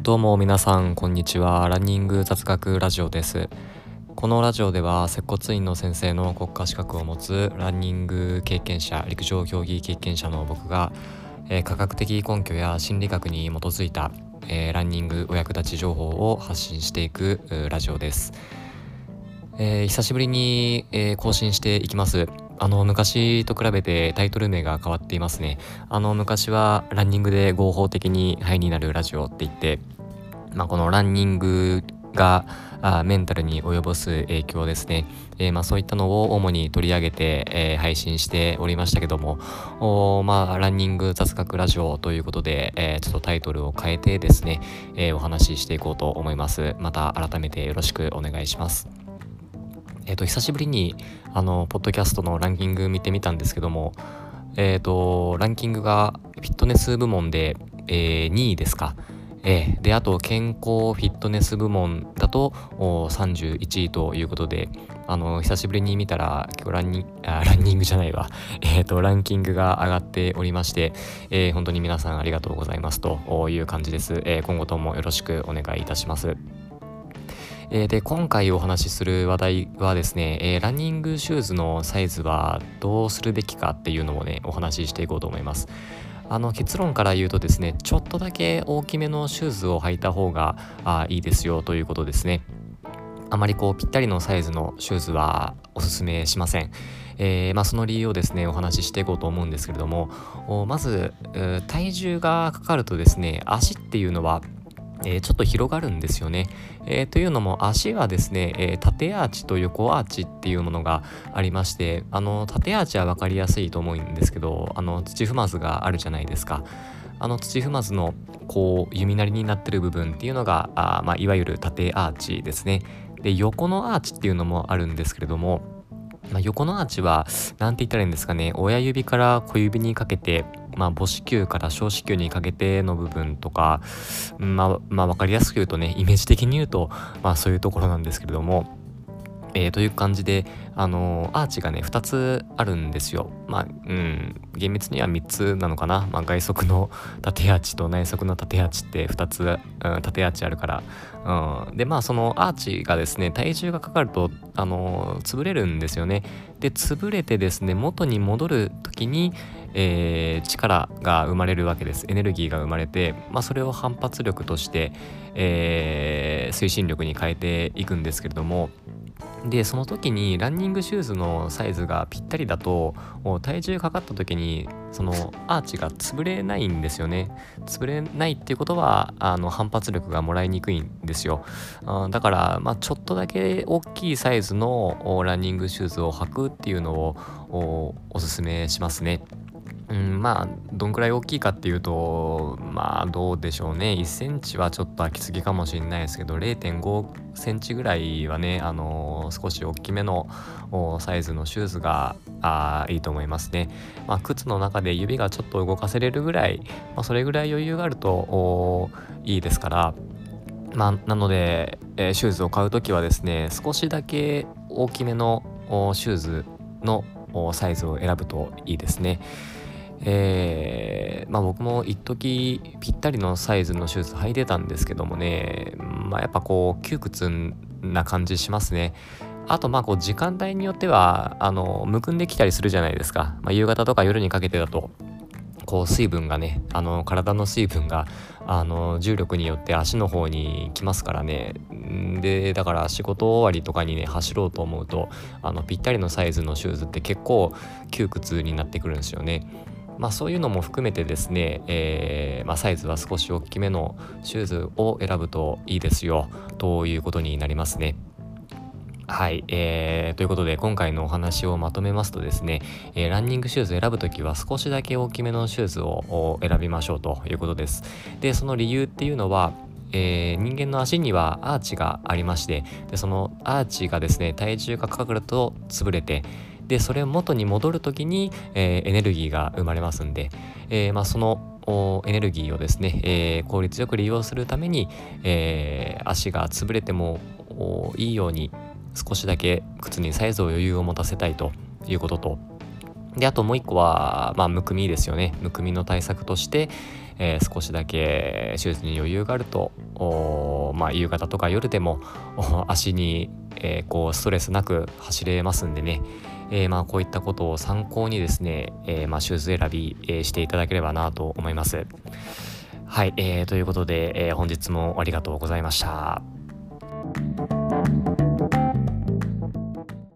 どうも皆さんこんにちは。ランニング雑学ラジオです。このラジオでは接骨院の先生の国家資格を持つランニング経験者、陸上競技経験者の僕が、科学的根拠や心理学に基づいた、ランニングお役立ち情報を発信していくラジオです。久しぶりに、更新していきます。昔と比べてタイトル名が変わっていますね。昔はランニングで合法的にハイになるラジオって言って、このランニングがメンタルに及ぼす影響ですね、そういったのを主に取り上げて、配信しておりましたけども、ランニング雑学ラジオということで、ちょっとタイトルを変えてですね、お話ししていこうと思います。また改めてよろしくお願いします。久しぶりにポッドキャストのランキング見てみたんですけども、ランキングがフィットネス部門で、2位ですか。であと健康フィットネス部門だと31位ということで、久しぶりに見たら結構ランニングじゃないわランキングが上がっておりまして、本当に皆さんありがとうございますという感じです。今後ともよろしくお願いいたします。で今回お話しする話題はですね、ランニングシューズのサイズはどうするべきかっていうのをねお話ししていこうと思います。結論から言うとですね、ちょっとだけ大きめのシューズを履いた方がいいですよということですね。あまりぴったりのサイズのシューズはおすすめしません。その理由をですねお話ししていこうと思うんですけれども、まず体重がかかるとですね、足っていうのはちょっと広がるんですよね。というのも足はですね、縦アーチと横アーチっていうものがありまして、縦アーチは分かりやすいと思うんですけど、土踏まずがあるじゃないですか。土踏まずの弓なりになってる部分っていうのがいわゆる縦アーチですね。で横のアーチっていうのもあるんですけれども、横のアーチはなんて言ったらいいんですかね、親指から小指にかけて、母子球から小子球にかけての部分とか、分かりやすく言うとね、イメージ的に言うとそういうところなんですけれども、という感じでアーチがね2つあるんですよ。厳密には3つなのかな。外側の縦アーチと内側の縦アーチって2つ、縦アーチあるから、でそのアーチがですね体重がかかると潰れるんですよね。で潰れてですね元に戻る時に、力が生まれるわけです。エネルギーが生まれて、それを反発力として、推進力に変えていくんですけれども、でその時にランニングシューズのサイズがぴったりだと体重かかった時にそのアーチが潰れないんですよね。潰れないっていうことは反発力がもらいにくいんですよ。だからちょっとだけ大きいサイズのランニングシューズを履くっていうのをおすすめしますね。どんくらい大きいかっていうとどうでしょうね。1センチはちょっと空きすぎかもしれないですけど、 0.5 センチぐらいはね少し大きめのサイズのシューズがいいと思いますね。靴の中で指がちょっと動かせれるぐらい、それぐらい余裕があるといいですから、なので、シューズを買うときはですね少しだけ大きめのシューズのサイズを選ぶといいですね。僕も一時ぴったりのサイズのシューズ履いてたんですけどもね、やっぱ窮屈な感じしますね。あと時間帯によってはむくんできたりするじゃないですか。夕方とか夜にかけてだと水分がね体の水分が重力によって足の方に来ますからね。でだから仕事終わりとかにね走ろうと思うとぴったりのサイズのシューズって結構窮屈になってくるんですよね。そういうのも含めてですね、サイズは少し大きめのシューズを選ぶといいですよということになりますね。はい、ということで今回のお話をまとめますとですね、ランニングシューズ選ぶときは少しだけ大きめのシューズを選びましょうということです。でその理由っていうのは、人間の足にはアーチがありまして、でそのアーチがですね体重がかかると潰れて、でそれを元に戻るときに、エネルギーが生まれますんで、そのエネルギーをですね、効率よく利用するために、足が潰れてもいいように少しだけ靴にサイズを余裕を持たせたいということと、 であともう一個はむくみですよね。むくみの対策として、少しだけ手術に余裕があると夕方とか夜でも足に、こうストレスなく走れますんでね、こういったことを参考にですね、シューズ選び、していただければなと思います。はい、ということで、本日もありがとうございました。